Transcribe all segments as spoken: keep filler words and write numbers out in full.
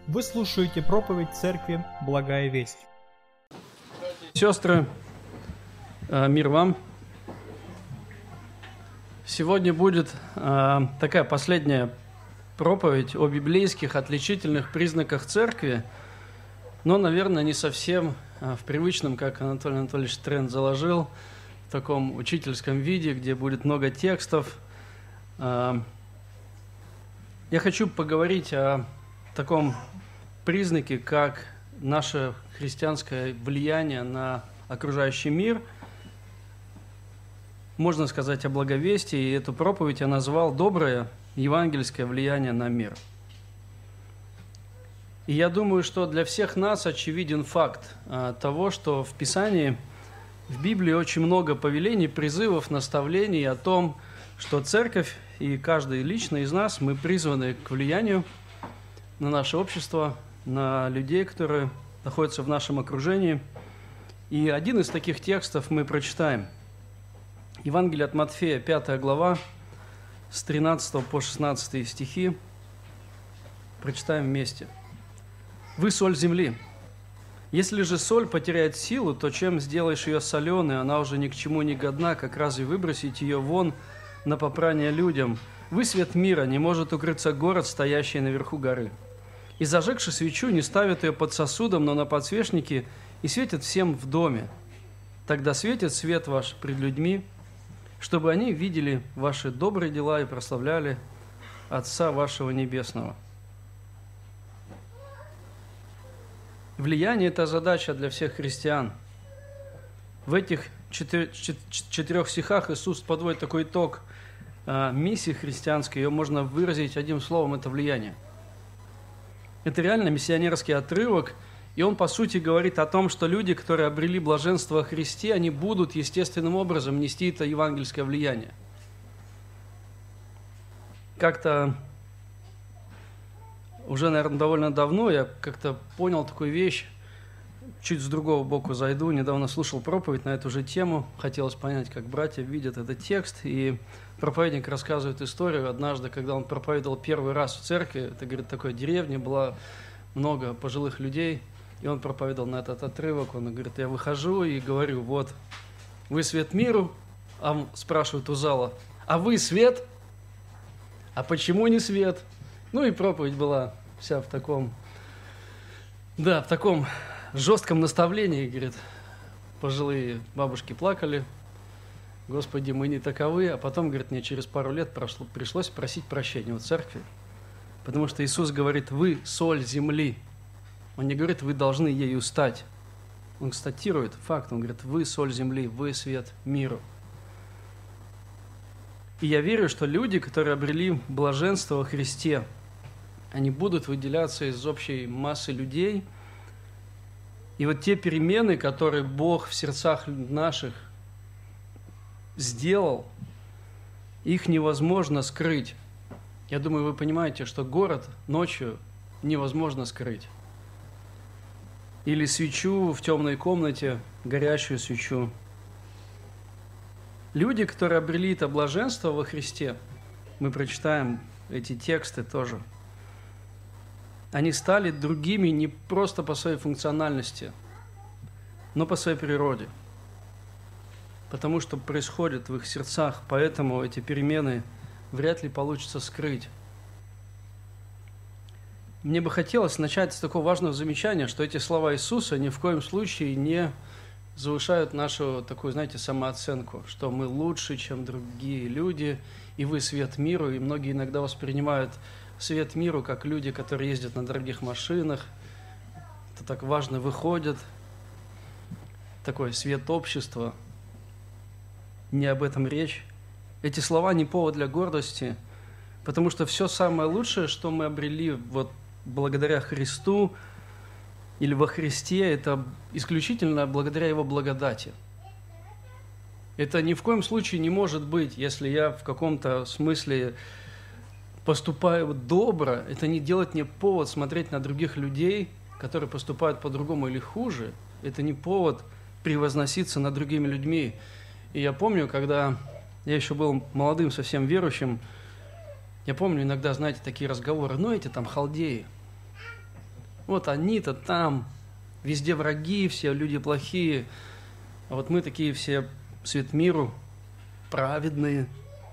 Вы слушаете проповедь Церкви Благая Весть. Сестры, мир вам. Сегодня будет такая последняя проповедь о библейских отличительных признаках церкви, но, наверное, не совсем в привычном, как Анатолий Анатольевич Тренд заложил, в таком учительском виде, где будет много текстов. Я хочу поговорить о таком признаке, как наше христианское влияние на окружающий мир. Можно сказать о благовестии, и эту проповедь я назвал «Доброе евангельское влияние на мир». И я думаю, что для всех нас очевиден факт а, того, что в Писании, в Библии очень много повелений, призывов, наставлений о том, что церковь и каждый лично из нас, мы призваны к влиянию на наше общество, на людей, которые находятся в нашем окружении. И один из таких текстов мы прочитаем. Евангелие от Матфея, пятая глава, с тринадцатого по шестнадцатый стихи. Прочитаем вместе. «Вы соль земли. Если же соль потеряет силу, то чем сделаешь ее соленой, она уже ни к чему не годна, как разве выбросить ее вон на попрание людям? Вы свет мира, не может укрыться город, стоящий наверху горы. И зажегши свечу, не ставят ее под сосудом, но на подсвечнике, и светит всем в доме. Тогда светит свет ваш пред людьми, чтобы они видели ваши добрые дела и прославляли Отца вашего Небесного». Влияние – это задача для всех христиан. В этих четырех стихах Иисус подводит такой итог миссии христианской. Ее можно выразить одним словом – это влияние. Это реально миссионерский отрывок, и он, по сути, говорит о том, что люди, которые обрели блаженство во Христе, они будут естественным образом нести это евангельское влияние. Как-то уже, наверное, довольно давно я как-то понял такую вещь, чуть с другого боку зайду, недавно слушал проповедь на эту же тему, хотелось понять, как братья видят этот текст, и проповедник рассказывает историю. Однажды, когда он проповедовал первый раз в церкви, это, говорит, такой деревне, было много пожилых людей, и он проповедовал на этот отрывок. Он говорит, я выхожу и говорю, вот, вы свет миру, а спрашивают у зала, а вы свет? А почему не свет? Ну и проповедь была вся в таком, да, в таком жестком наставлении, говорит, пожилые бабушки плакали, Господи, мы не таковы, а потом, говорит, мне через пару лет прошло, пришлось просить прощения у церкви, потому что Иисус говорит, вы соль земли. Он не говорит, вы должны ею стать. Он констатирует факт, он говорит, вы соль земли, вы свет миру. И я верю, что люди, которые обрели блаженство во Христе, они будут выделяться из общей массы людей. И вот те перемены, которые Бог в сердцах наших сделал, их невозможно скрыть. Я думаю, вы понимаете, что город ночью невозможно скрыть. Или свечу в темной комнате, горящую свечу. Люди, которые обрели это блаженство во Христе, мы прочитаем эти тексты тоже, они стали другими не просто по своей функциональности, но по своей природе. Потому что происходит в их сердцах, поэтому эти перемены вряд ли получится скрыть. Мне бы хотелось начать с такого важного замечания, что эти слова Иисуса ни в коем случае не завышают нашу такую, знаете, самооценку, что мы лучше, чем другие люди, и вы свет миру, и многие иногда воспринимают свет миру как люди, которые ездят на дорогих машинах, это так важно выходят, такой свет общества. Не об этом речь. Эти слова не повод для гордости, потому что все самое лучшее, что мы обрели вот благодаря Христу или во Христе, это исключительно благодаря Его благодати. Это ни в коем случае не может быть, если я в каком-то смысле поступаю добро, это не делать мне повод смотреть на других людей, которые поступают по-другому или хуже. Это не повод превозноситься над другими людьми. И я помню, когда я еще был молодым, совсем верующим, я помню иногда, знаете, такие разговоры, ну эти там халдеи, Вот они-то там, везде враги, все люди плохие, а вот мы такие все свет миру, праведные.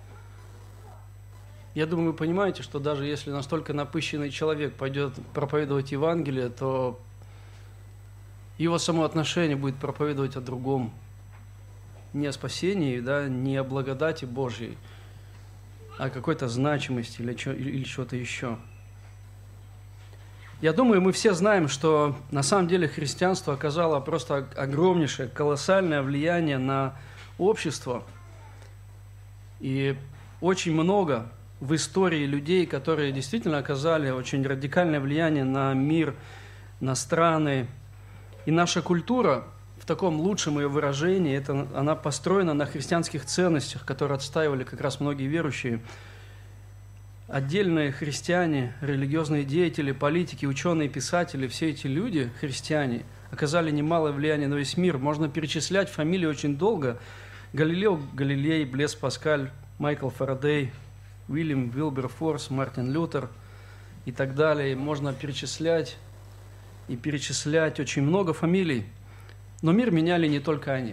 Я думаю, вы понимаете, что даже если настолько напыщенный человек пойдет проповедовать Евангелие, то его само отношение будет проповедовать о другом. Не о спасении, да, не о благодати Божьей, а о какой-то значимости или, или что-то еще. Я думаю, мы все знаем, что на самом деле христианство оказало просто огромнейшее, колоссальное влияние на общество. И очень много в истории людей, которые действительно оказали очень радикальное влияние на мир, на страны. И наша культура, в таком лучшем ее выражении, это, она построена на христианских ценностях, которые отстаивали как раз многие верующие. Отдельные христиане, религиозные деятели, политики, ученые, писатели, все эти люди, христиане, оказали немалое влияние на весь мир. Можно перечислять фамилии очень долго. Галилео Галилей, Блес Паскаль, Майкл Фарадей, Уильям Вилберфорс, Мартин Лютер и так далее. Можно перечислять и перечислять очень много фамилий. Но мир меняли не только они.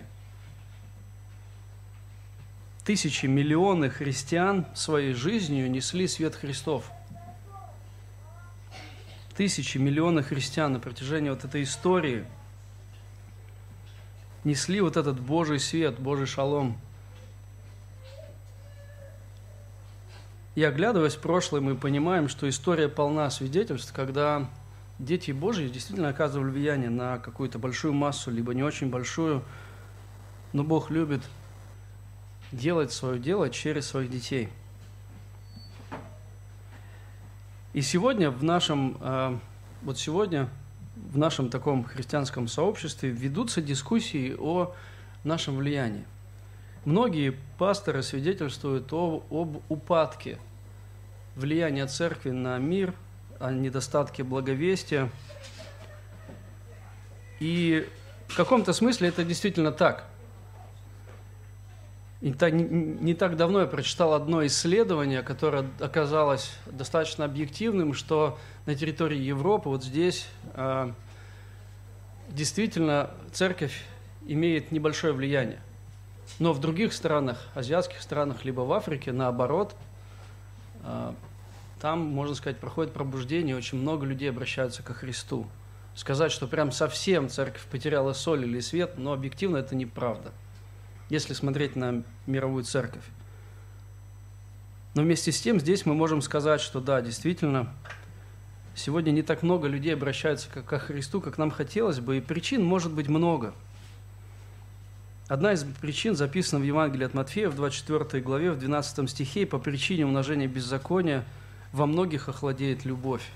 Тысячи, миллионы христиан своей жизнью несли свет Христов. Тысячи, миллионы христиан на протяжении вот этой истории несли вот этот Божий свет, Божий шалом. И оглядываясь в прошлое, мы понимаем, что история полна свидетельств, когда дети Божьи действительно оказывали влияние на какую-то большую массу, либо не очень большую, но Бог любит делать свое дело через своих детей. И сегодня в нашем, вот сегодня в нашем таком христианском сообществе ведутся дискуссии о нашем влиянии. Многие пасторы свидетельствуют о, об упадке влияния церкви на мир, о недостатке благовестия. И в каком-то смысле это действительно так. И так, не, не так давно я прочитал одно исследование, которое оказалось достаточно объективным, что на территории Европы, вот здесь, э, действительно церковь имеет небольшое влияние. Но в других странах, азиатских странах, либо в Африке, наоборот, э, там, можно сказать, проходит пробуждение, очень много людей обращаются ко Христу. Сказать, что прям совсем церковь потеряла соль или свет, но объективно это неправда, если смотреть на мировую церковь. Но вместе с тем здесь мы можем сказать, что да, действительно, сегодня не так много людей обращаются ко Христу, как нам хотелось бы, и причин может быть много. Одна из причин записана в Евангелии от Матфея в двадцать четвёртой главе, в двенадцатом стихе: «По причине умножения беззакония во многих охладеет любовь».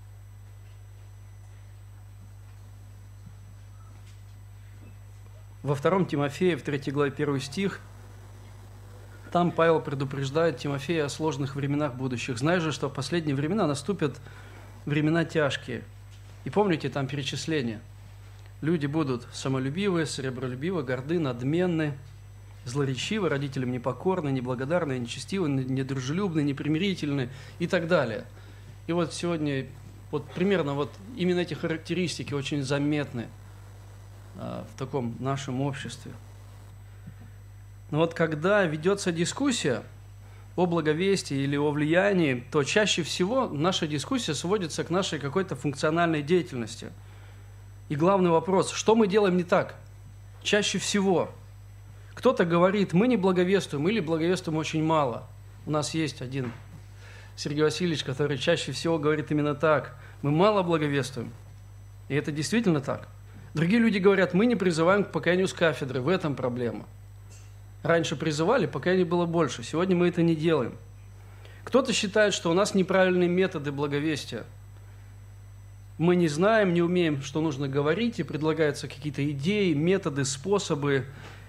Во втором Тимофея, в третьей главе, первый стих, там Павел предупреждает Тимофея о сложных временах будущих. «Знаешь же, что в последние времена наступят времена тяжкие». И помните там перечисление. Люди будут самолюбивые, сребролюбивы, горды, надменны, злоречивы, родителям непокорны, неблагодарны, нечестивы, недружелюбны, непримирительны и так далее. И вот сегодня вот примерно вот именно эти характеристики очень заметны в таком нашем обществе. Но вот когда ведется дискуссия о благовестии или о влиянии, то чаще всего наша дискуссия сводится к нашей какой-то функциональной деятельности. И главный вопрос: что мы делаем не так? Чаще всего кто-то говорит: мы не благовествуем или благовествуем очень мало. У нас есть один Сергей Васильевич, который чаще всего говорит именно так: мы мало благовествуем. И это действительно так. Другие люди говорят: мы не призываем к покаянию с кафедры, в этом проблема. Раньше призывали, покаяния было больше, сегодня мы это не делаем. Кто-то считает, что у нас неправильные методы благовестия. Мы не знаем, не умеем, что нужно говорить, и предлагаются какие-то идеи, методы, способы.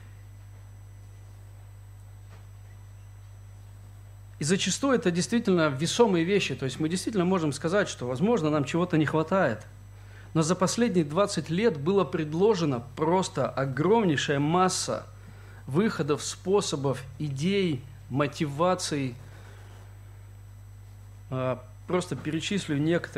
И зачастую это действительно весомые вещи, то есть мы действительно можем сказать, что, возможно, нам чего-то не хватает. Но за последние двадцать лет было предложено просто огромнейшая масса выходов, способов, идей, мотиваций. Просто перечислю некоторые.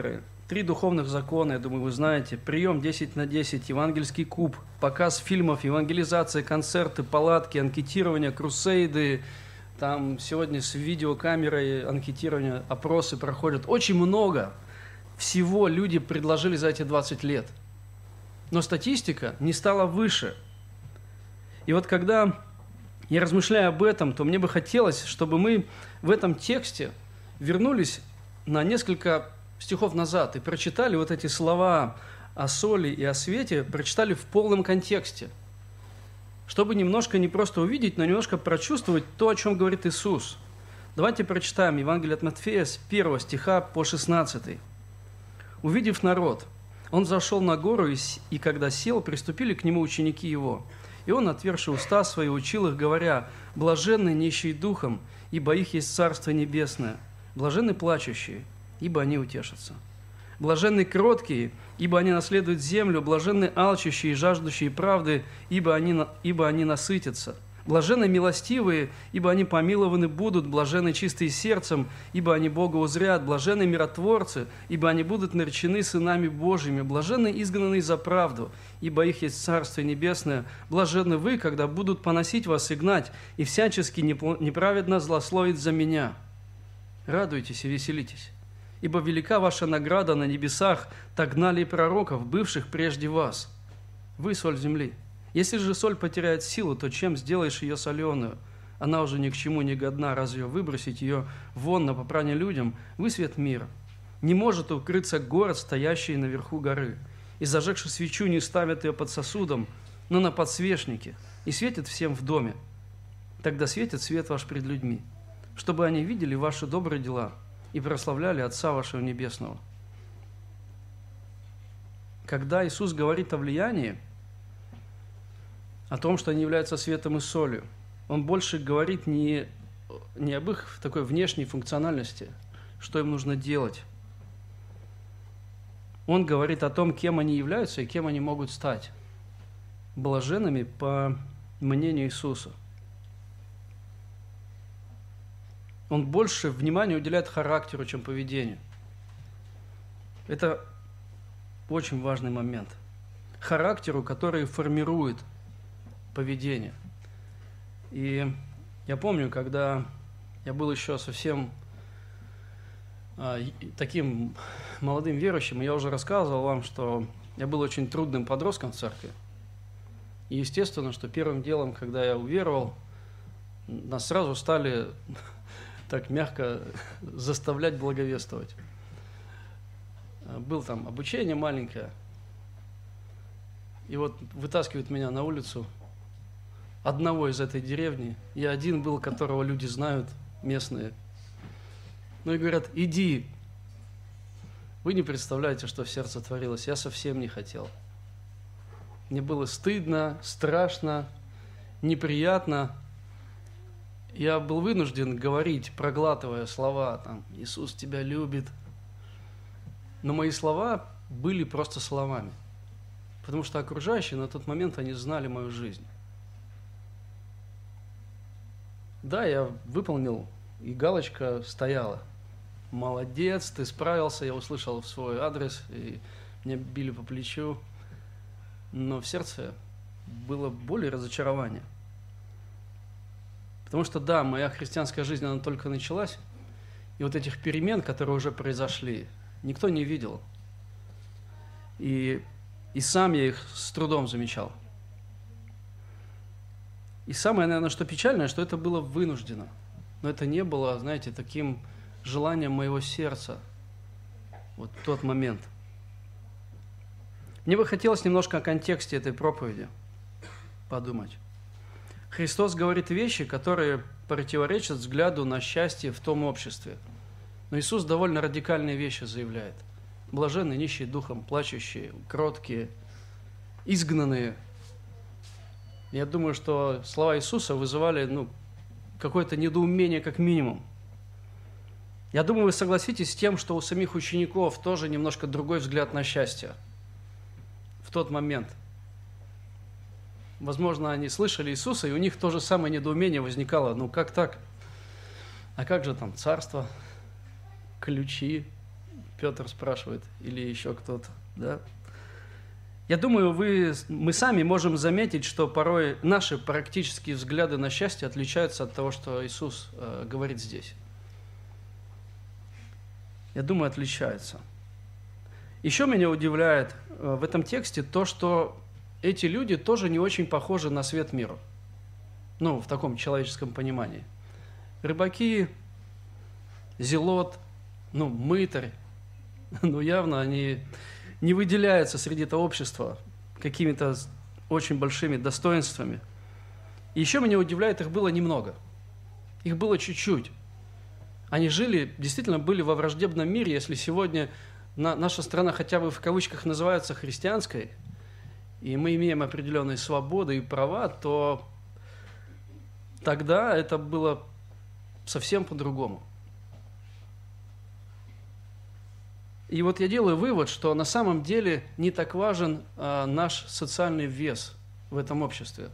Три духовных закона, я думаю, вы знаете. Прием десять на десять, евангельский куб, показ фильмов, евангелизация, концерты, палатки, анкетирование, крусейды. Там сегодня с видеокамерой анкетирование, опросы проходят. Очень много всего люди предложили за эти двадцать лет. Но статистика не стала выше. И вот когда я размышляю об этом, то мне бы хотелось, чтобы мы в этом тексте вернулись на несколько стихов назад и прочитали вот эти слова о соли и о свете, прочитали в полном контексте, чтобы немножко не просто увидеть, но немножко прочувствовать то, о чем говорит Иисус. Давайте прочитаем Евангелие от Матфея с первого стиха по шестнадцатый. «Увидев народ, он зашел на гору, и, и когда сел, приступили к нему ученики его. И он, отверши уста свои, учил их, говоря: блаженны нищие духом, ибо их есть Царство Небесное. Блаженны плачущие, ибо они утешатся. Блаженны кроткие, ибо они наследуют землю. Блаженны алчущие и жаждущие правды, ибо они, ибо они насытятся. Блаженны милостивые, ибо они помилованы будут. Блаженны чистые сердцем, ибо они Бога узрят. Блаженны миротворцы, ибо они будут наречены сынами Божьими. Блаженны изгнанные за правду, ибо их есть Царство Небесное. Блаженны вы, когда будут поносить вас и гнать, и всячески неправедно злословить за меня. Радуйтесь и веселитесь, ибо велика ваша награда на небесах, так гнали и пророков, бывших прежде вас. Вы соль земли. Если же соль потеряет силу, то чем сделаешь ее соленую? Она уже ни к чему не годна, разве выбросить ее вон на попрание людям? Вы свет мира. Не может укрыться город, стоящий наверху горы. И зажегши свечу, не ставят ее под сосудом, но на подсвечнике, и светит всем в доме. Тогда светит свет ваш пред людьми, чтобы они видели ваши добрые дела и прославляли Отца вашего Небесного». Когда Иисус говорит о влиянии, о том, что они являются светом и солью, Он больше говорит не, не об их такой внешней функциональности, что им нужно делать. Он говорит о том, кем они являются и кем они могут стать. Блаженными по мнению Иисуса. Он больше внимания уделяет характеру, чем поведению. Это очень важный момент. Характеру, который формирует поведение. И я помню, когда я был еще совсем а, таким молодым верующим, я уже рассказывал вам, что я был очень трудным подростком в церкви. И естественно, что первым делом, когда я уверовал, нас сразу стали так мягко заставлять благовествовать. Было там обучение маленькое. И вот вытаскивают меня на улицу одного из этой деревни. Я один был, которого люди знают, местные. Ну и говорят: иди. Вы не представляете, что в сердце творилось. Я совсем не хотел. Мне было стыдно, страшно, неприятно. Я был вынужден говорить, проглатывая слова, там: «Иисус тебя любит». Но мои слова были просто словами, потому что окружающие на тот момент, они знали мою жизнь. Да, я выполнил, и галочка стояла. Молодец, ты справился, я услышал в свой адрес, и меня били по плечу. Но в сердце было боль и разочарование. Потому что, да, моя христианская жизнь, она только началась, и вот этих перемен, которые уже произошли, никто не видел. И, и сам я их с трудом замечал. И самое, наверное, что печальное, что это было вынуждено. Но это не было, знаете, таким желанием моего сердца вот в тот момент. Мне бы хотелось немножко о контексте этой проповеди подумать. Христос говорит вещи, которые противоречат взгляду на счастье в том обществе. Но Иисус довольно радикальные вещи заявляет. Блаженные, нищие духом, плачущие, кроткие, изгнанные. Я думаю, что слова Иисуса вызывали ну, какое-то недоумение как минимум. Я думаю, вы согласитесь с тем, что у самих учеников тоже немножко другой взгляд на счастье в тот момент. Возможно, они слышали Иисуса, и у них то же самое недоумение возникало. Ну, как так? А как же там царство, ключи, Петр спрашивает, или еще кто-то, да? Я думаю, вы, мы сами можем заметить, что порой наши практические взгляды на счастье отличаются от того, что Иисус э, говорит здесь. Я думаю, отличаются. Еще меня удивляет э, в этом тексте то, что эти люди тоже не очень похожи на свет мира. Ну, в таком человеческом понимании. Рыбаки, зелот, ну, мытарь, ну, явно они не выделяются среди этого общества какими-то очень большими достоинствами. И еще меня удивляет, их было немного. Их было чуть-чуть. Они жили, действительно были во враждебном мире. Если сегодня на, наша страна хотя бы в кавычках называется христианской, и мы имеем определенные свободы и права, то тогда это было совсем по-другому. И вот я делаю вывод, что на самом деле не так важен а, наш социальный вес в этом обществе.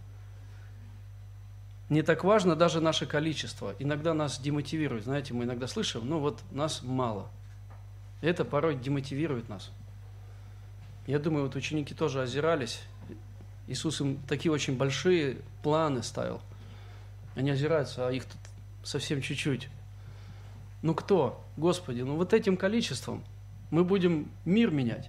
Не так важно даже наше количество. Иногда нас демотивирует. Знаете, мы иногда слышим, ну вот нас мало. И это порой демотивирует нас. Я думаю, вот ученики тоже озирались. Иисус им такие очень большие планы ставил. Они озираются, а их тут совсем чуть-чуть. Ну кто? Господи, ну вот этим количеством мы будем мир менять.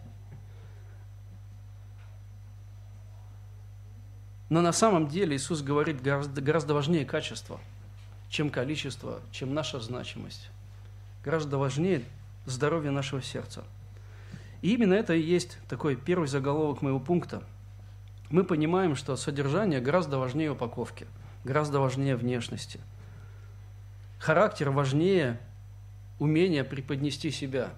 Но на самом деле Иисус говорит гораздо, гораздо важнее качество, чем количество, чем наша значимость. Гораздо важнее здоровье нашего сердца. И именно это и есть такой первый заголовок моего пункта. Мы понимаем, что содержание гораздо важнее упаковки, гораздо важнее внешности. Характер важнее умения преподнести себя.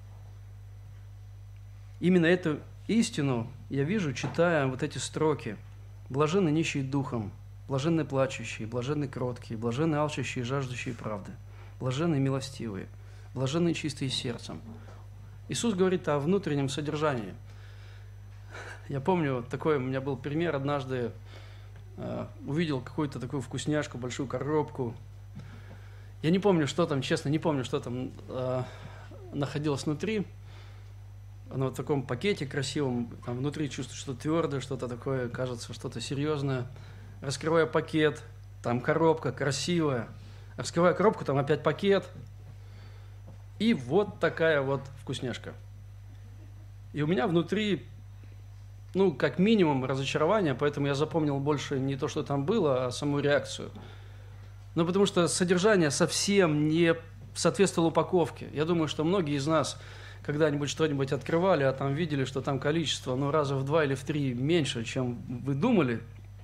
Именно эту истину я вижу, читая вот эти строки. «Блаженны нищие духом, блаженны плачущие, блаженны кроткие, блаженны алчущие и жаждущие правды, блаженны милостивые, блаженны чистые сердцем». Иисус говорит о внутреннем содержании. Я помню, такой у меня был пример. Однажды э, увидел какую-то такую вкусняшку, большую коробку. Я не помню, что там, честно, не помню, что там э, находилось внутри. Оно в таком пакете красивом, там внутри чувствую что-то твердое, что-то такое, кажется, что-то серьезное. Раскрываю пакет, там коробка красивая. Раскрываю коробку, там опять пакет. И вот такая вот вкусняшка. И у меня внутри, ну, как минимум, разочарование, поэтому я запомнил больше не то, что там было, а саму реакцию. Ну, потому что содержание совсем не соответствовало упаковке. Я думаю, что многие из нас когда-нибудь что-нибудь открывали, а там видели, что там количество, ну, раза в два или в три меньше, чем вы думали.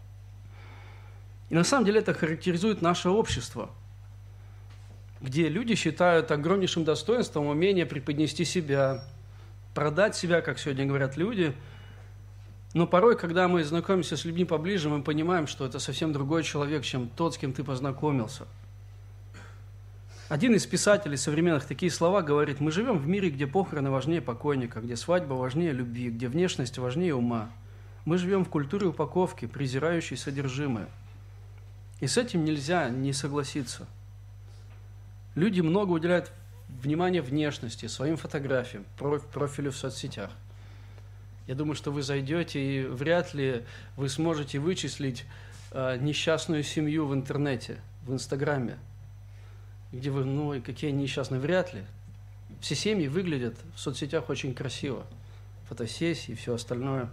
И на самом деле это характеризует наше общество, где люди считают огромнейшим достоинством умение преподнести себя, продать себя, как сегодня говорят люди. Но порой, когда мы знакомимся с людьми поближе, мы понимаем, что это совсем другой человек, чем тот, с кем ты познакомился. Один из писателей современных такие слова говорит: «Мы живем в мире, где похороны важнее покойника, где свадьба важнее любви, где внешность важнее ума. Мы живем в культуре упаковки, презирающей содержимое». И с этим нельзя не согласиться. Люди много уделяют внимания внешности, своим фотографиям, профилю в соцсетях. Я думаю, что вы зайдете, и вряд ли вы сможете вычислить э, несчастную семью в интернете, в Инстаграме, где вы, ну, и какие несчастные, вряд ли. Все семьи выглядят в соцсетях очень красиво. Фотосессии и все остальное.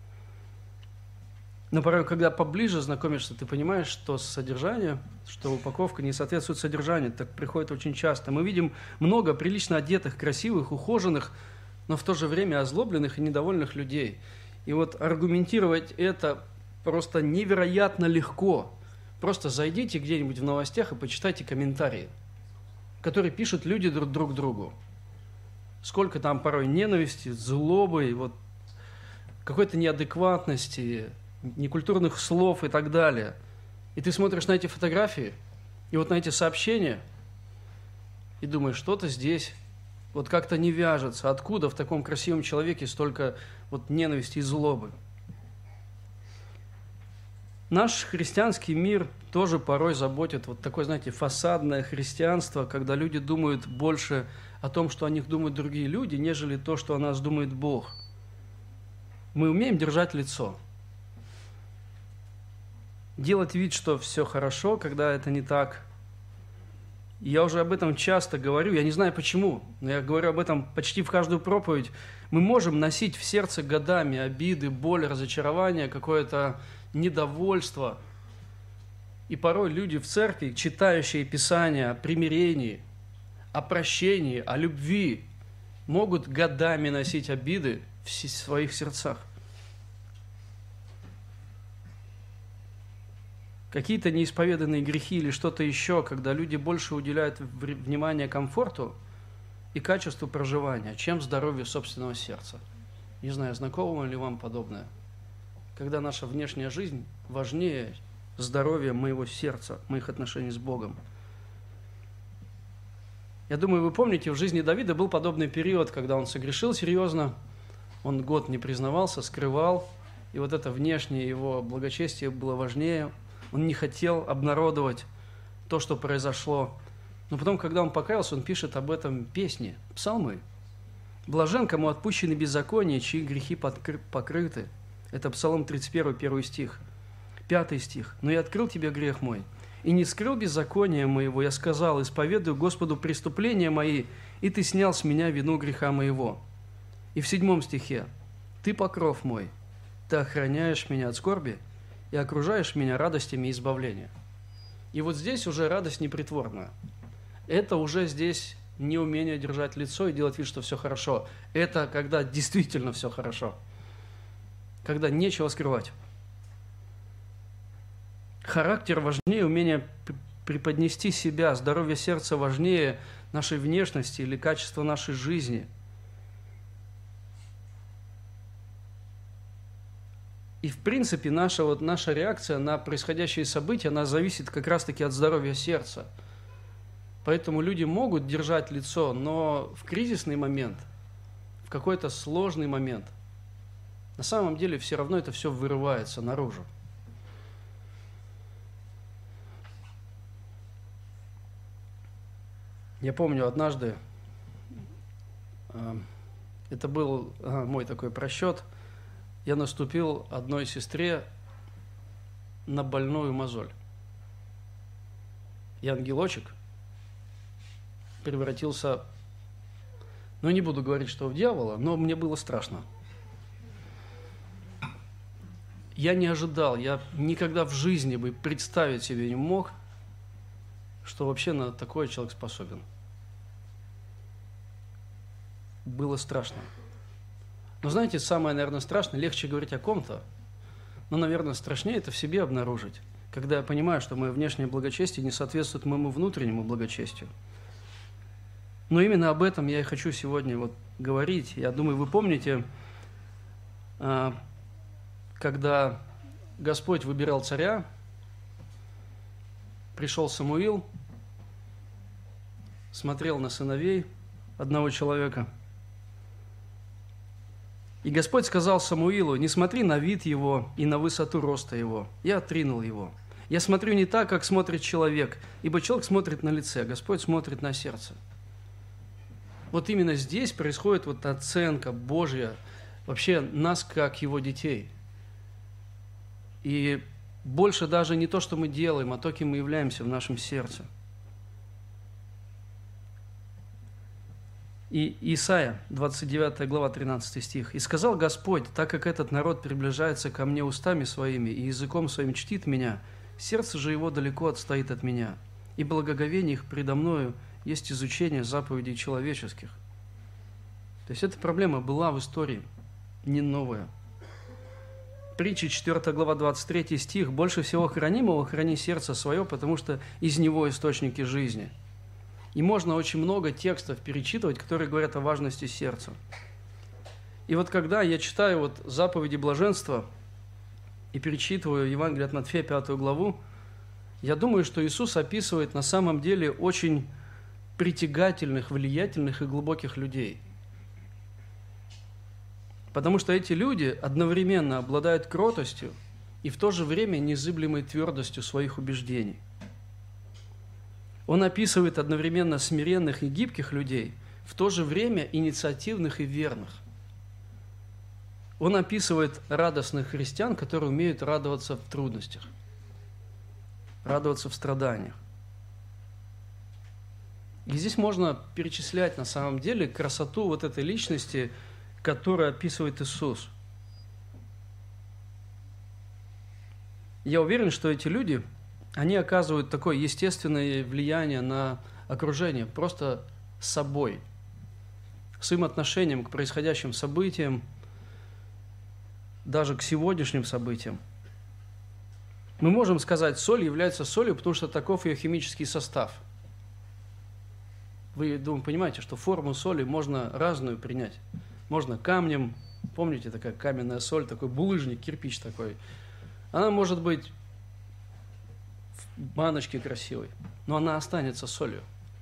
Но порой, когда поближе знакомишься, ты понимаешь, что содержание, что упаковка не соответствует содержанию. Так приходит очень часто. Мы видим много прилично одетых, красивых, ухоженных, но в то же время озлобленных и недовольных людей. И вот аргументировать это просто невероятно легко. Просто зайдите где-нибудь в новостях и почитайте комментарии, которые пишут люди друг, друг другу. Сколько там порой ненависти, злобы, вот, какой-то неадекватности, некультурных слов и так далее. И ты смотришь на эти фотографии, и вот на эти сообщения, и думаешь, что-то здесь вот как-то не вяжется. Откуда в таком красивом человеке столько вот ненависти и злобы? Наш христианский мир тоже порой заботит вот такое, знаете, фасадное христианство, когда люди думают больше о том, что о них думают другие люди, нежели то, что о нас думает Бог. Мы умеем держать лицо. Делать вид, что все хорошо, когда это не так. Я уже об этом часто говорю, я не знаю почему, но я говорю об этом почти в каждую проповедь. Мы можем носить в сердце годами обиды, боль, разочарование, какое-то недовольство. И порой люди в церкви, читающие Писание о примирении, о прощении, о любви, могут годами носить обиды в своих сердцах. Какие-то неисповеданные грехи или что-то еще, когда люди больше уделяют внимание комфорту и качеству проживания, чем здоровью собственного сердца. Не знаю, знакомо ли вам подобное. Когда наша внешняя жизнь важнее здоровья моего сердца, моих отношений с Богом. Я думаю, вы помните, в жизни Давида был подобный период, когда он согрешил серьезно, он год не признавался, скрывал, и вот это внешнее его благочестие было важнее. Он не хотел обнародовать то, что произошло. Но потом, когда он покаялся, он пишет об этом песни, псалмы. «Блажен, кому отпущены беззакония, чьи грехи покрыты». Это Псалом тридцать один, первый стих. Пятый стих. «Но я открыл тебе грех мой, и не скрыл беззакония моего. Я сказал, исповедую Господу преступления мои, и ты снял с меня вину греха моего». И в седьмом стихе. «Ты покров мой, ты охраняешь меня от скорби, и окружаешь меня радостями избавления». И вот здесь уже радость непритворная. Это уже здесь не умение держать лицо и делать вид, что все хорошо. Это когда действительно все хорошо. Когда нечего скрывать. Характер важнее умения преподнести себя. Здоровье сердца важнее нашей внешности или качества нашей жизни. И, в принципе, наша, вот, наша реакция на происходящие события, она зависит как раз-таки от здоровья сердца. Поэтому люди могут держать лицо, но в кризисный момент, в какой-то сложный момент, на самом деле все равно это все вырывается наружу. Я помню однажды, э, это был э, мой такой просчет, я наступил одной сестре на больную мозоль. И ангелочек превратился, ну не буду говорить, что в дьявола, но мне было страшно. Я не ожидал, я никогда в жизни бы представить себе не мог, что вообще на такое человек способен. Было страшно. Но знаете, самое, наверное, страшное, легче говорить о ком-то, но, наверное, страшнее это в себе обнаружить, когда я понимаю, что мое внешнее благочестие не соответствует моему внутреннему благочестию. Но именно об этом я и хочу сегодня вот говорить. Я думаю, вы помните, когда Господь выбирал царя, пришел Самуил, смотрел на сыновей одного человека, и Господь сказал Самуилу: не смотри на вид его и на высоту роста его. Я отринул его. Я смотрю не так, как смотрит человек, ибо человек смотрит на лице, а Господь смотрит на сердце. Вот именно здесь происходит вот оценка Божья вообще нас, как Его детей. И больше даже не то, что мы делаем, а то, кем мы являемся в нашем сердце. И Исайя, двадцать девятая глава, тринадцатый стих. «И сказал Господь: так как этот народ приближается ко мне устами своими и языком своим чтит меня, сердце же его далеко отстоит от меня, и благоговение их предо мною есть изучение заповедей человеческих». То есть эта проблема была в истории, не новая. Притча, четвёртая глава, двадцать третий стих. «Больше всего хранимого храни сердце свое, потому что из него источники жизни». И можно очень много текстов перечитывать, которые говорят о важности сердца. И вот когда я читаю вот заповеди блаженства и перечитываю Евангелие от Матфея, пятую главу, я думаю, что Иисус описывает на самом деле очень притягательных, влиятельных и глубоких людей. Потому что эти люди одновременно обладают кротостью и в то же время незыблемой твердостью своих убеждений. Он описывает одновременно смиренных и гибких людей, в то же время инициативных и верных. Он описывает радостных христиан, которые умеют радоваться в трудностях, радоваться в страданиях. И здесь можно перечислять на самом деле красоту вот этой личности, которую описывает Иисус. Я уверен, что эти люди, они оказывают такое естественное влияние на окружение, просто собой, своим отношением к происходящим событиям, даже к сегодняшним событиям. Мы можем сказать, соль является солью, потому что таков ее химический состав. Вы, думаю, понимаете, что форму соли можно разную принять. Можно камнем, помните, такая каменная соль, такой булыжник, кирпич такой. Она может быть в баночке красивой, но она останется солью.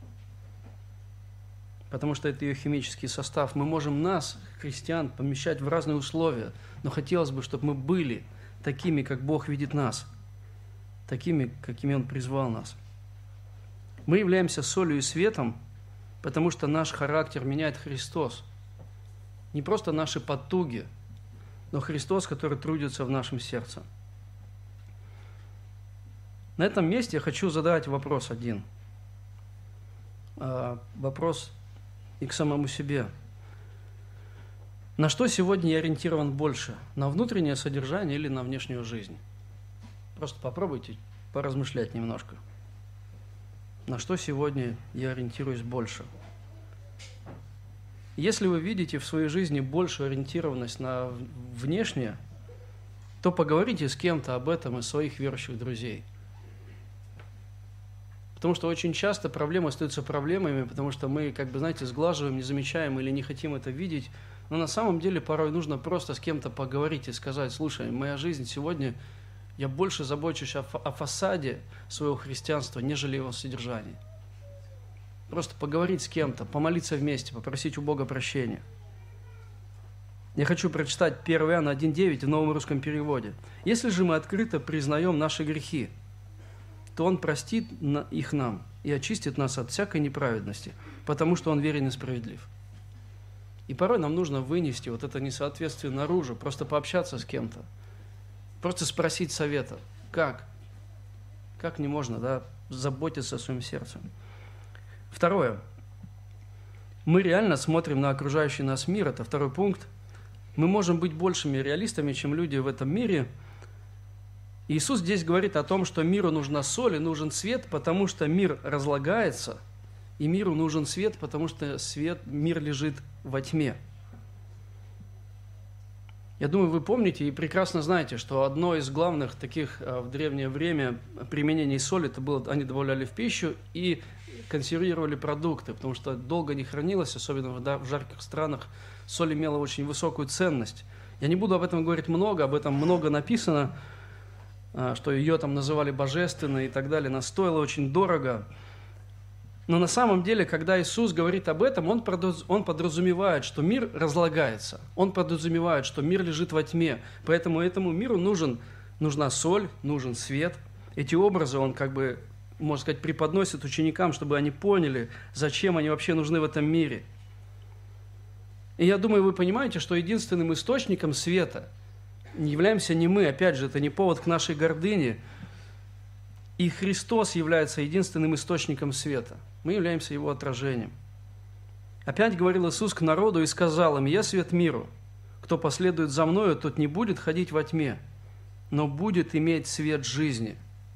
Потому что это ее химический состав. Мы можем нас, христиан, помещать в разные условия, но хотелось бы, чтобы мы были такими, как Бог видит нас, такими, какими Он призвал нас. Мы являемся солью и светом, потому что наш характер меняет Христос. Не просто наши потуги, но Христос, который трудится в нашем сердце. На этом месте я хочу задать вопрос один. Вопрос и к самому себе. На что сегодня я ориентирован больше? На внутреннее содержание или на внешнюю жизнь? Просто попробуйте поразмышлять немножко. На что сегодня я ориентируюсь больше? Если вы видите в своей жизни большую ориентированность на внешнее, то поговорите с кем-то об этом из своих верующих друзей. Потому что очень часто проблемы остаются проблемами, потому что мы, как бы, знаете, сглаживаем, не замечаем или не хотим это видеть. Но на самом деле порой нужно просто с кем-то поговорить и сказать: слушай, моя жизнь сегодня, я больше забочусь о, о фасаде своего христианства, нежели его содержании. Просто поговорить с кем-то, помолиться вместе, попросить у Бога прощения. Я хочу прочитать первое Иоанна один девять в новом русском переводе. «Если же мы открыто признаем наши грехи, то Он простит их нам и очистит нас от всякой неправедности, потому что Он верен и справедлив». И порой нам нужно вынести вот это несоответствие наружу, просто пообщаться с кем-то, просто спросить совета, как, как не можно, да, заботиться о своем сердце. Второе. Мы реально смотрим на окружающий нас мир, это второй пункт. Мы можем быть большими реалистами, чем люди в этом мире. Иисус здесь говорит о том, что миру нужна соль и нужен свет, потому что мир разлагается, и миру нужен свет, потому что свет, мир лежит во тьме. Я думаю, вы помните и прекрасно знаете, что одно из главных таких в древнее время применений соли, это было, они добавляли в пищу и консервировали продукты, потому что долго не хранилось, особенно в жарких странах, соль имела очень высокую ценность. Я не буду об этом говорить много, об этом много написано, что ее там называли божественной и так далее, она стоила очень дорого. Но на самом деле, когда Иисус говорит об этом, Он подразумевает, что мир разлагается, Он подразумевает, что мир лежит во тьме, поэтому этому миру нужен, нужна соль, нужен свет. Эти образы Он, как бы, можно сказать, преподносит ученикам, чтобы они поняли, зачем они вообще нужны в этом мире. И я думаю, вы понимаете, что единственным источником света не являемся не мы, опять же, это не повод к нашей гордыне, и Христос является единственным источником света. Мы являемся Его отражением. Опять говорил Иисус к народу и сказал им: «Я свет миру. Кто последует за Мною, тот не будет ходить во тьме, но будет иметь свет жизни».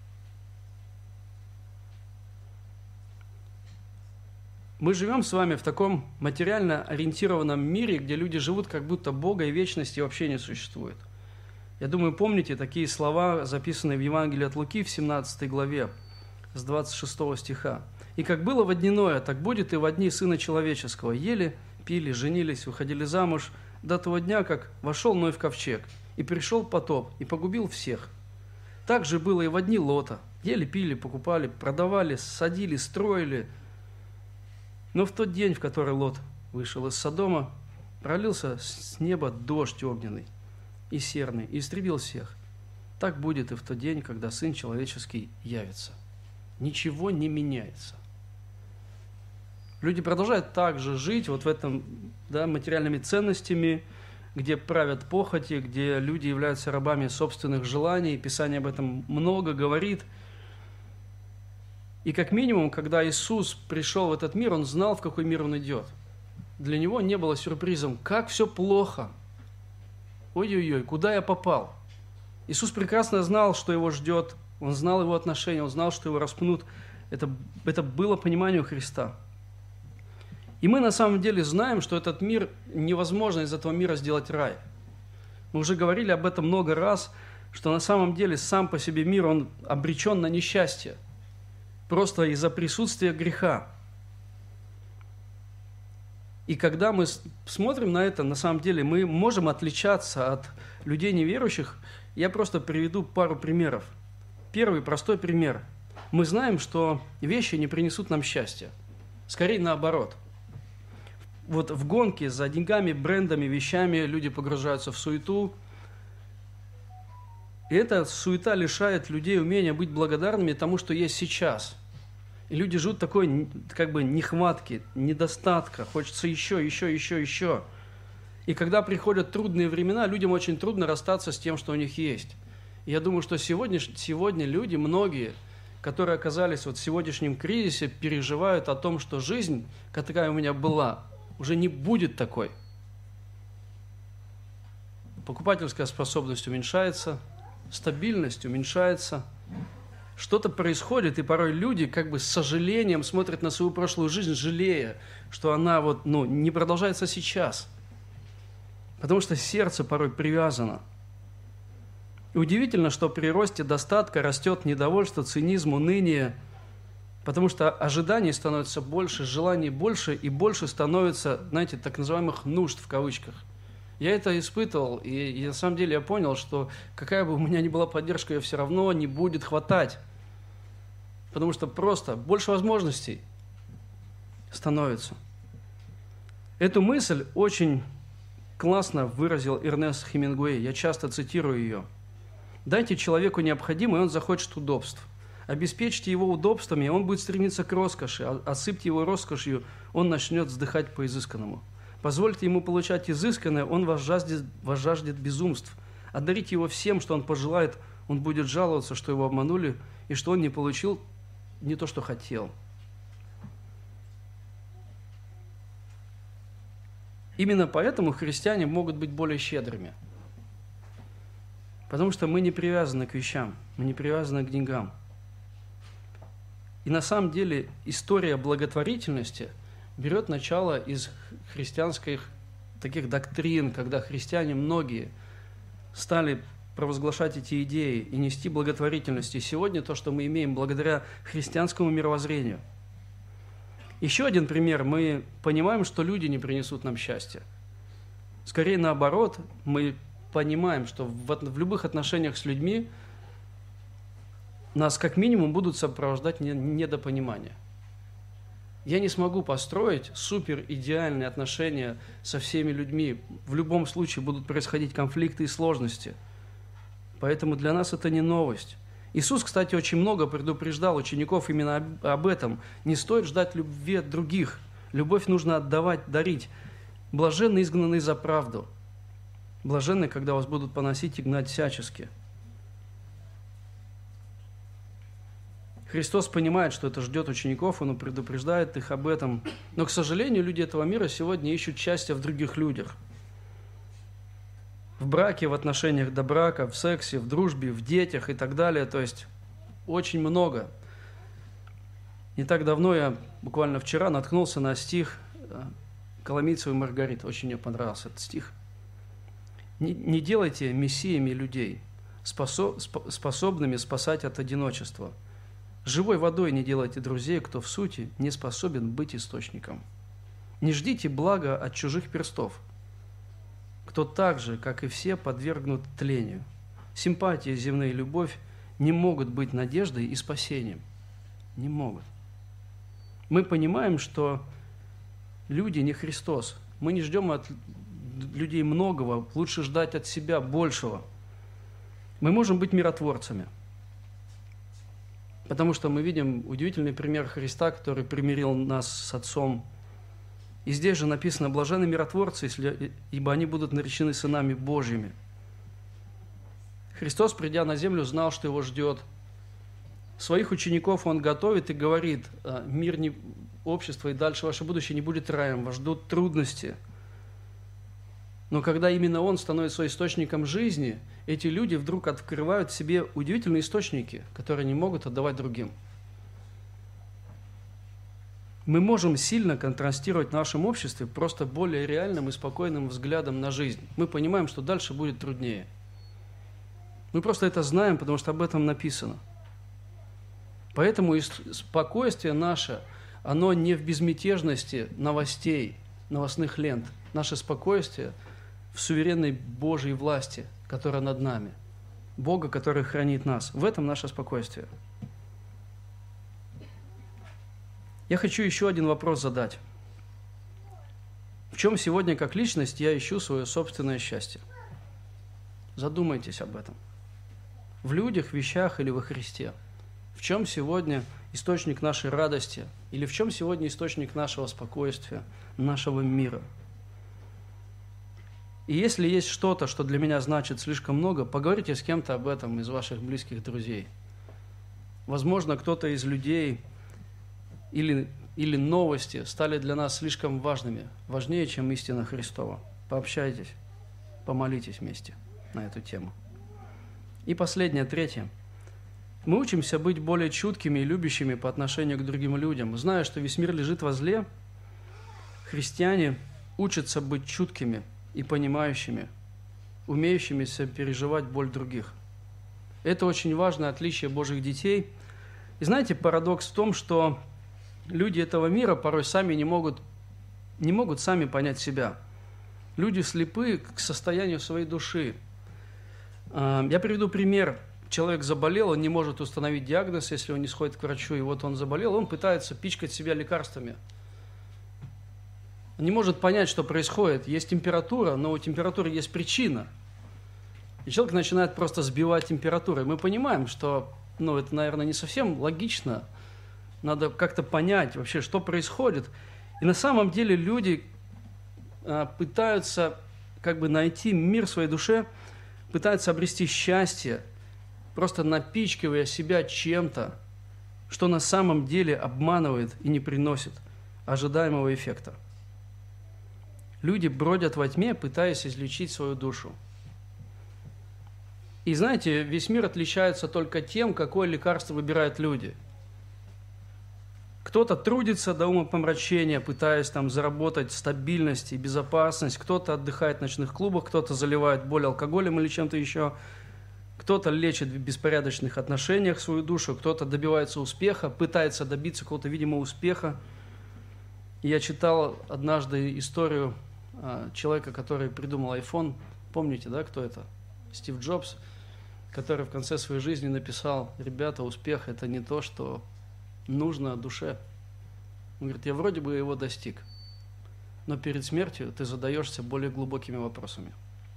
Мы живем с вами в таком материально ориентированном мире, где люди живут, как будто Бога и вечности вообще не существует. Я думаю, помните такие слова, записанные в Евангелии от Луки в семнадцатой главе, с двадцать шестого стиха. «И как было во дни Ноя, так будет и во дни Сына Человеческого. Ели, пили, женились, выходили замуж до того дня, как вошел Ной в ковчег, и пришел потоп, и погубил всех. Так же было и во дни Лота. Ели, пили, покупали, продавали, садили, строили. Но в тот день, в который Лот вышел из Содома, пролился с неба дождь огненный и серный, и истребил всех. Так будет и в тот день, когда Сын Человеческий явится». Ничего не меняется. Люди продолжают также жить вот в этом, да, материальными ценностями, где правят похоти, где люди являются рабами собственных желаний. Писание об этом много говорит. И как минимум, когда Иисус пришел в этот мир, Он знал, в какой мир Он идет. Для Него не было сюрпризом, как все плохо. Ой-ой-ой, куда я попал? Иисус прекрасно знал, что Его ждет. Он знал Его отношения, Он знал, что Его распнут. Это, это было пониманию Христа. И мы на самом деле знаем, что этот мир, невозможно из этого мира сделать рай. Мы уже говорили об этом много раз, что на самом деле сам по себе мир, он обречен на несчастье. Просто из-за присутствия греха. И когда мы смотрим на это, на самом деле мы можем отличаться от людей неверующих. Я просто приведу пару примеров. Первый простой пример. Мы знаем, что вещи не принесут нам счастья. Скорее наоборот. Вот в гонке за деньгами, брендами, вещами люди погружаются в суету. И эта суета лишает людей умения быть благодарными тому, что есть сейчас. И люди живут такой, как бы, нехватки, недостатка. Хочется еще, еще, еще, еще. И когда приходят трудные времена, людям очень трудно расстаться с тем, что у них есть. И я думаю, что сегодня, сегодня люди, многие, которые оказались вот в сегодняшнем кризисе, переживают о том, что жизнь, какая у меня была, уже не будет такой. Покупательская способность уменьшается, стабильность уменьшается. Что-то происходит, и порой люди как бы с сожалением смотрят на свою прошлую жизнь, жалея, что она вот, ну, не продолжается сейчас. Потому что сердце порой привязано. И удивительно, что при росте достатка растет недовольство, цинизм, уныние, потому что ожиданий становится больше, желаний больше, и больше становится, знаете, так называемых нужд в кавычках. Я это испытывал, и, и на самом деле я понял, что какая бы у меня ни была поддержка, ее все равно не будет хватать. Потому что просто больше возможностей становится. Эту мысль очень классно выразил Эрнест Хемингуэй, я часто цитирую ее. «Дайте человеку необходимое, и он захочет удобств. Обеспечьте его удобствами, и он будет стремиться к роскоши, а осыпьте его роскошью, он начнет вздыхать по изысканному. Позвольте ему получать изысканное, он возжаждет, возжаждет безумств. Одарите его всем, что он пожелает, он будет жаловаться, что его обманули, и что он не получил не то, что хотел». Именно поэтому христиане могут быть более щедрыми. Потому что мы не привязаны к вещам, мы не привязаны к деньгам. И на самом деле история благотворительности берет начало из христианских таких доктрин, когда христиане многие стали провозглашать эти идеи и нести благотворительность. И сегодня то, что мы имеем благодаря христианскому мировоззрению. Еще один пример. Мы понимаем, что люди не принесут нам счастья. Скорее наоборот, мы понимаем, что в, в любых отношениях с людьми нас как минимум будут сопровождать недопонимания. Я не смогу построить супер идеальные отношения со всеми людьми. В любом случае будут происходить конфликты и сложности. Поэтому для нас это не новость. Иисус, кстати, очень много предупреждал учеников именно об, об этом. Не стоит ждать любви от других. Любовь нужно отдавать, дарить. Блаженны изгнанные за правду. Блаженны, когда вас будут поносить и гнать всячески. Христос понимает, что это ждет учеников, Он предупреждает их об этом. Но, к сожалению, люди этого мира сегодня ищут счастья в других людях. В браке, в отношениях до брака, в сексе, в дружбе, в детях и так далее. То есть очень много. Не так давно я, буквально вчера, наткнулся на стих Коломийцевой Маргариты. Очень мне понравился этот стих. «Не, не делайте мессиями людей, способ, способными спасать от одиночества. Живой водой не делайте друзей, кто в сути не способен быть источником. Не ждите блага от чужих перстов, кто так же, как и все, подвергнут тлению. Симпатия, земная любовь не могут быть надеждой и спасением. Не могут. Мы понимаем, что люди не Христос. Мы не ждем от людей многого, лучше ждать от себя большего. Мы можем быть миротворцами. Потому что мы видим удивительный пример Христа, который примирил нас с Отцом И здесь же написано: «Блаженны миротворцы, если, ибо они будут наречены сынами Божьими». Христос, придя на землю, знал, что его ждет. Своих учеников он готовит и говорит: мир, не, общество и дальше ваше будущее не будет раем, вас ждут трудности. Но когда именно он становится источником жизни, эти люди вдруг открывают в себе удивительные источники, которые не могут отдавать другим. Мы можем сильно контрастировать в нашем обществе просто более реальным и спокойным взглядом на жизнь. Мы понимаем, что дальше будет труднее. Мы просто это знаем, потому что об этом написано. Поэтому и спокойствие наше, оно не в безмятежности новостей, новостных лент. Наше спокойствие в суверенной Божьей власти, которая над нами. Бога, который хранит нас. В этом наше спокойствие. Я хочу еще один вопрос задать. В чем сегодня как личность я ищу свое собственное счастье? Задумайтесь об этом. В людях, вещах или во Христе? В чем сегодня источник нашей радости? Или в чем сегодня источник нашего спокойствия, нашего мира? И если есть что-то, что для меня значит слишком много, поговорите с кем-то об этом из ваших близких друзей. Возможно, кто-то из людей или, или новости стали для нас слишком важными, важнее, чем истина Христова. Пообщайтесь, помолитесь вместе на эту тему. И последнее, третье. Мы учимся быть более чуткими и любящими по отношению к другим людям. Зная, что весь мир лежит во зле, христиане учатся быть чуткими и понимающими, умеющими переживать боль других. Это очень важное отличие Божьих детей. И знаете, парадокс в том, что люди этого мира порой сами не могут, не могут сами понять себя. Люди слепы к состоянию своей души. Я приведу пример. Человек заболел, он не может установить диагноз, если он не сходит к врачу, и вот он заболел, он пытается пичкать себя лекарствами. Он не может понять, что происходит. Есть температура, но у температуры есть причина. И человек начинает просто сбивать температуру. И мы понимаем, что ну, это, наверное, не совсем логично. Надо как-то понять вообще, что происходит. И на самом деле люди а, пытаются как бы найти мир в своей душе, пытаются обрести счастье, просто напичкивая себя чем-то, что на самом деле обманывает и не приносит ожидаемого эффекта. Люди бродят во тьме, пытаясь излечить свою душу. И знаете, весь мир отличается только тем, какое лекарство выбирают люди. Кто-то трудится до умопомрачения, пытаясь там заработать стабильность и безопасность, кто-то отдыхает в ночных клубах, кто-то заливает боль алкоголем или чем-то еще, кто-то лечит в беспорядочных отношениях свою душу, кто-то добивается успеха, пытается добиться какого-то видимого успеха. И я читал однажды историю а, человека, который придумал iPhone. Помните, да, кто это? Стив Джобс, который в конце своей жизни написал: ребята, успех – это не то, что нужно душе. Он говорит: я вроде бы его достиг, но перед смертью ты задаешься более глубокими вопросами.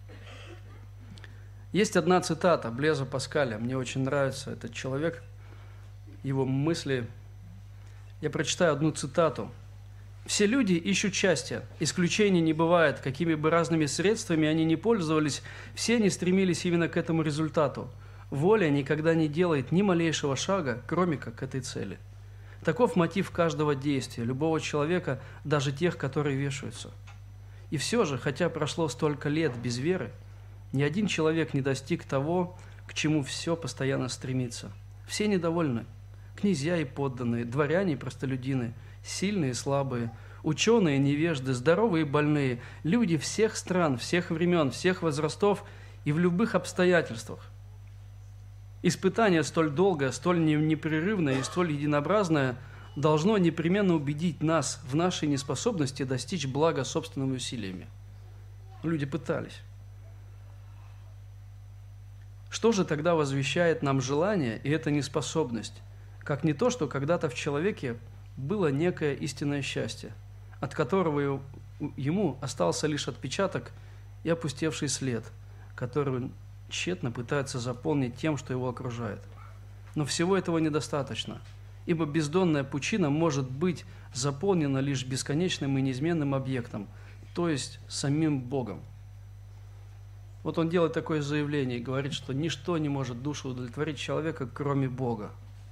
Есть одна цитата Блеза Паскаля, мне очень нравится этот человек, его мысли. Я прочитаю одну цитату. «Все люди ищут счастья, исключений не бывает, какими бы разными средствами они ни пользовались, все они стремились именно к этому результату. Воля никогда не делает ни малейшего шага, кроме как к этой цели. Таков мотив каждого действия, любого человека, даже тех, которые вешаются. И все же, хотя прошло столько лет без веры, ни один человек не достиг того, к чему все постоянно стремится. Все недовольны. Князья и подданные, дворяне и простолюдины, сильные и слабые, ученые и невежды, здоровые и больные, люди всех стран, всех времен, всех возрастов и в любых обстоятельствах. Испытание столь долгое, столь непрерывное и столь единообразное должно непременно убедить нас в нашей неспособности достичь блага собственными усилиями. Люди пытались. Что же тогда возвещает нам желание и эта неспособность, как не то, что когда-то в человеке было некое истинное счастье, от которого ему остался лишь отпечаток и опустевший след, который он тщетно пытается заполнить тем, что его окружает. Но всего этого недостаточно. ибо бездонная пучина может быть заполнена лишь бесконечным и неизменным объектом, то есть самим Богом. Вот он делает такое заявление и говорит, что ничто не может душу удовлетворить человека, кроме Бога.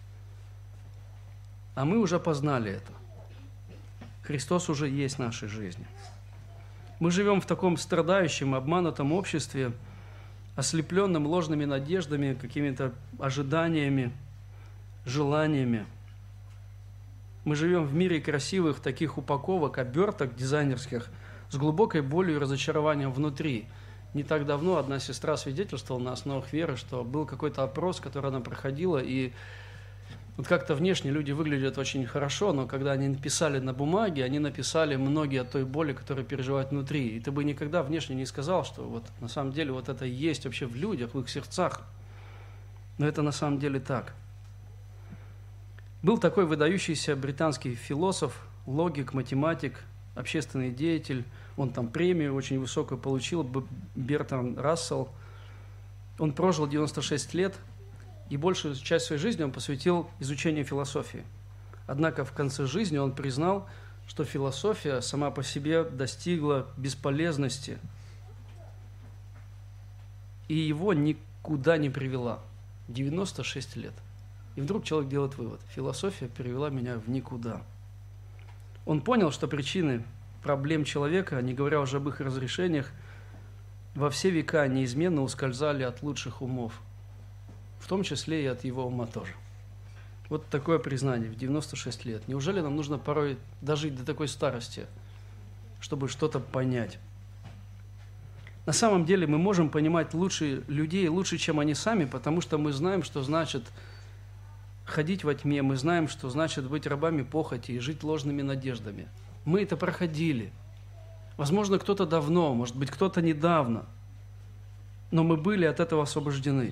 А мы уже познали это. Христос уже есть в нашей жизни. Мы живем в таком страдающем, обманутом обществе, ослепленном ложными надеждами, какими-то ожиданиями, желаниями. Мы живем в мире красивых таких упаковок, оберток дизайнерских, с глубокой болью и разочарованием внутри. Не так давно одна сестра свидетельствовала на основах веры, что был какой-то опрос, который она проходила, и вот как-то внешне люди выглядят очень хорошо, но когда они написали на бумаге, они написали многие о той боли, которую переживают внутри. И ты бы никогда внешне не сказал, что вот на самом деле вот это есть вообще в людях, в их сердцах. Но это на самом деле так. Был такой выдающийся британский философ, логик, математик, общественный деятель. Он там премию очень высокую получил, Бертранд Рассел. Он прожил девяносто шесть лет, и большую часть своей жизни он посвятил изучению философии. Однако в конце жизни он признал, что философия сама по себе достигла бесполезности и его никуда не привела. девяносто шесть лет. И вдруг человек делает вывод: философия привела меня в никуда. Он понял, что причины проблем человека, не говоря уже об их разрешениях, во все века неизменно ускользали от лучших умов, в том числе и от его ума тоже. Вот такое признание в девяносто шесть лет. Неужели нам нужно порой дожить до такой старости, чтобы что-то понять? На самом деле мы можем понимать лучше людей, лучше, чем они сами, потому что мы знаем, что значит ходить во тьме, мы знаем, что значит быть рабами похоти и жить ложными надеждами. Мы это проходили. Возможно, кто-то давно, может быть, кто-то недавно, но мы были от этого освобождены.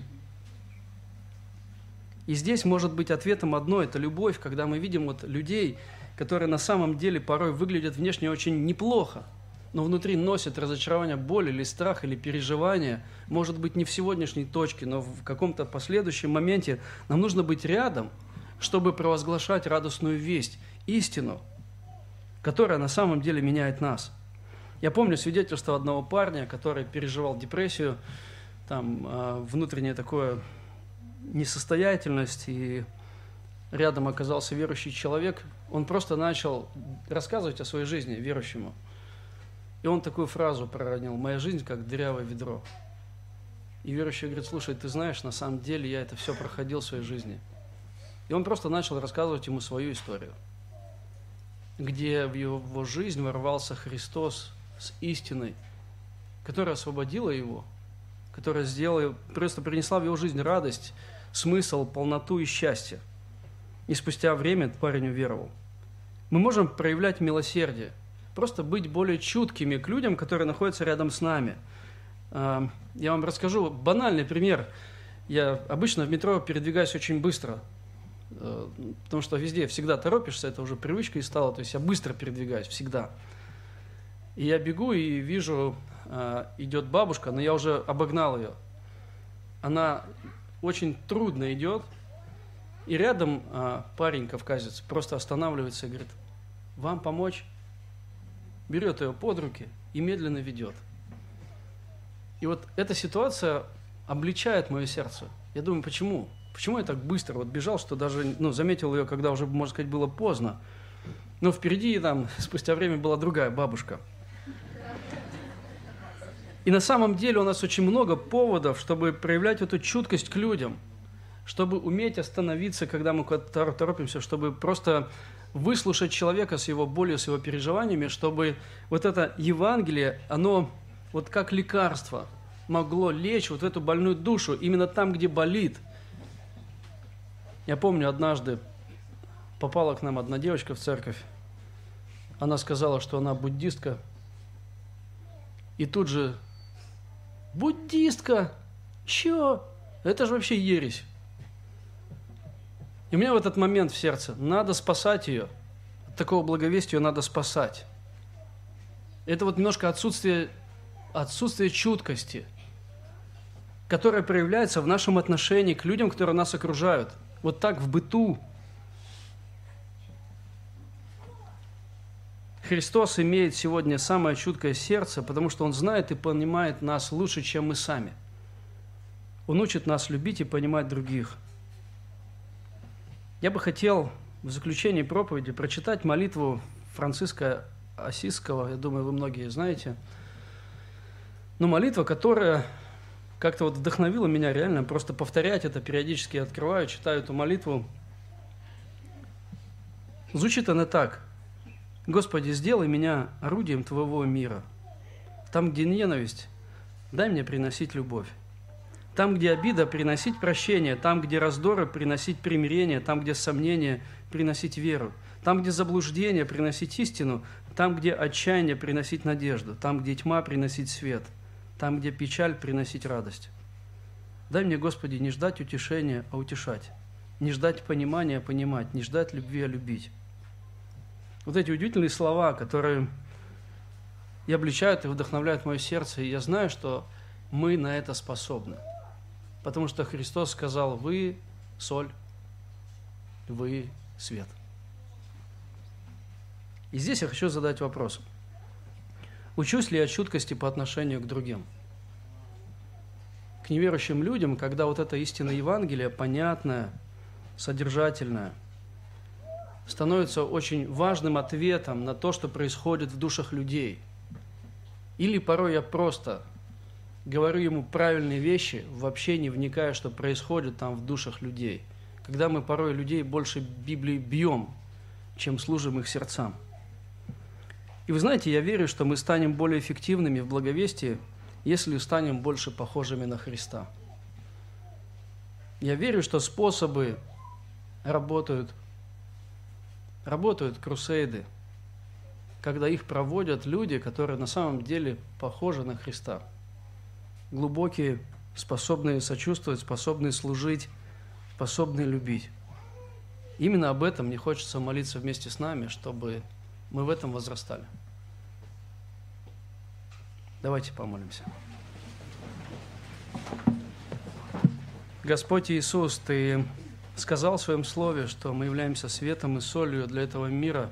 И здесь может быть ответом одно – это любовь, когда мы видим вот людей, которые на самом деле порой выглядят внешне очень неплохо, но внутри носят разочарование, боль или страх, или переживание, может быть, не в сегодняшней точке, но в каком-то последующем моменте нам нужно быть рядом, чтобы провозглашать радостную весть, истину, которая на самом деле меняет нас. Я помню свидетельство одного парня, который переживал депрессию, там внутреннее такое несостоятельность, и рядом оказался верующий человек. Он просто начал рассказывать о своей жизни верующему. И он такую фразу проронил: «Моя жизнь как дырявое ведро». И верующий говорит: «Слушай, ты знаешь, на самом деле я это все проходил в своей жизни». И он просто начал рассказывать ему свою историю, где в его жизнь ворвался Христос с истиной, которая освободила его, которая сделала, просто принесла в его жизнь радость, смысл, полноту и счастье. И спустя время парень уверовал. Мы можем проявлять милосердие, просто быть более чуткими к людям, которые находятся рядом с нами. Я вам расскажу банальный пример. Я обычно в метро передвигаюсь очень быстро, потому что везде всегда торопишься, это уже привычкой стало, то есть я быстро передвигаюсь, всегда. И я бегу и вижу, идет бабушка, но я уже обогнал ее. Она очень трудно идет, и рядом парень, кавказец, просто останавливается и говорит: «Вам помочь?» Берет ее под руки и медленно ведет. И вот эта ситуация обличает мое сердце. Я думаю, почему? Почему я так быстро вот бежал, что даже ну, заметил ее, когда уже, можно сказать, было поздно. Но впереди там спустя время была другая бабушка. И на самом деле у нас очень много поводов, чтобы проявлять эту чуткость к людям, чтобы уметь остановиться, когда мы куда-то торопимся, чтобы просто выслушать человека с его болью, с его переживаниями, чтобы вот это Евангелие, оно вот как лекарство могло лечь вот эту больную душу именно там, где болит. Я помню, однажды попала к нам одна девочка в церковь. Она сказала, что она буддистка. И тут же: «Буддистка? Чё? Это же вообще ересь». И у меня в этот момент в сердце: надо спасать ее. От такого благовестия ее надо спасать. Это вот немножко отсутствие, отсутствие чуткости, которое проявляется в нашем отношении к людям, которые нас окружают. Вот так в быту. Христос имеет сегодня самое чуткое сердце, потому что Он знает и понимает нас лучше, чем мы сами. Он учит нас любить и понимать других. Я бы хотел в заключении проповеди прочитать молитву Франциска Ассизского, я думаю, вы многие знаете. Но молитва, которая как-то вот вдохновила меня реально просто повторять это, периодически я открываю, читаю эту молитву. Звучит она так. «Господи, сделай меня орудием Твоего мира. Там, где ненависть, дай мне приносить любовь. Там, где обида, приносить прощение. Там, где раздоры, приносить примирение. Там, где сомнения, приносить веру. Там, где заблуждение, приносить истину. Там, где отчаяние, приносить надежду. Там, где тьма, приносить свет. Там, где печаль, приносить радость. Дай мне, Господи, не ждать утешения, а утешать. Не ждать понимания, а понимать. Не ждать любви, а любить». Вот эти удивительные слова, которые и обличают, и вдохновляют мое сердце, и я знаю, что мы на это способны. Потому что Христос сказал: «Вы соль, вы свет». И здесь я хочу задать вопрос. Учусь ли я чуткости по отношению к другим? К неверующим людям, когда вот эта истина Евангелия, понятная, содержательная, становится очень важным ответом на то, что происходит в душах людей. Или порой я просто говорю ему правильные вещи, вообще не вникая, что происходит там в душах людей. Когда мы порой людей больше Библии бьем, чем служим их сердцам. И вы знаете, я верю, что мы станем более эффективными в благовестии, если станем больше похожими на Христа. Я верю, что способы работают Работают крусейды, когда их проводят люди, которые на самом деле похожи на Христа. Глубокие, способные сочувствовать, способные служить, способные любить. Именно об этом мне хочется молиться вместе с нами, чтобы мы в этом возрастали. Давайте помолимся. Господь Иисус, Ты сказал в Своем Слове, что мы являемся светом и солью для этого мира.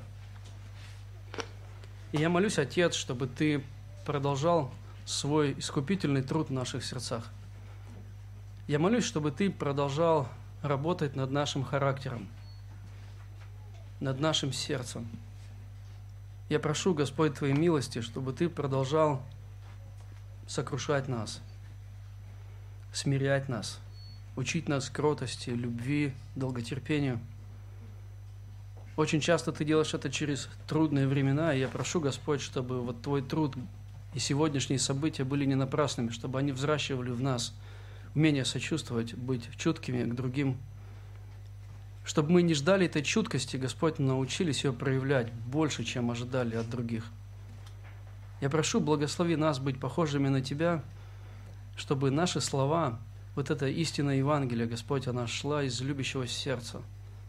И я молюсь, Отец, чтобы Ты продолжал свой искупительный труд в наших сердцах. Я молюсь, чтобы Ты продолжал работать над нашим характером, над нашим сердцем. Я прошу, Господь, Твоей милости, чтобы Ты продолжал сокрушать нас, смирять нас, учить нас кротости, любви, долготерпению. Очень часто Ты делаешь это через трудные времена, и я прошу, Господь, чтобы вот Твой труд и сегодняшние события были не напрасными, чтобы они взращивали в нас умение сочувствовать, быть чуткими к другим, чтобы мы не ждали этой чуткости, Господь, но научились ее проявлять больше, чем ожидали от других. Я прошу, благослови нас быть похожими на Тебя, чтобы наши слова, вот эта истина Евангелия, Господь, она шла из любящего сердца.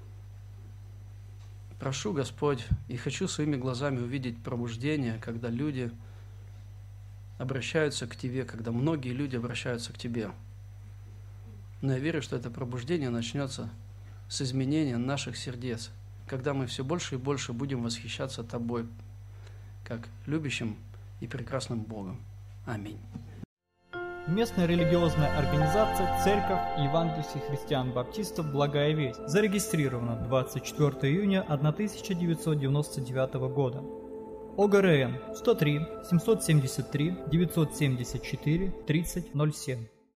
Прошу, Господь, и хочу своими глазами увидеть пробуждение, когда люди обращаются к Тебе, когда многие люди обращаются к Тебе. Но я верю, что это пробуждение начнется с изменения наших сердец, когда мы все больше и больше будем восхищаться Тобой, как любящим и прекрасным Богом. Аминь. Местная религиозная организация «Церковь евангельских христиан-баптистов Благая Весть» зарегистрирована двадцать четвёртого июня тысяча девятьсот девяносто девятого года. О Г Р Н сто три семьсот семьдесят три девятьсот семьдесят четыре тридцать ноль семь.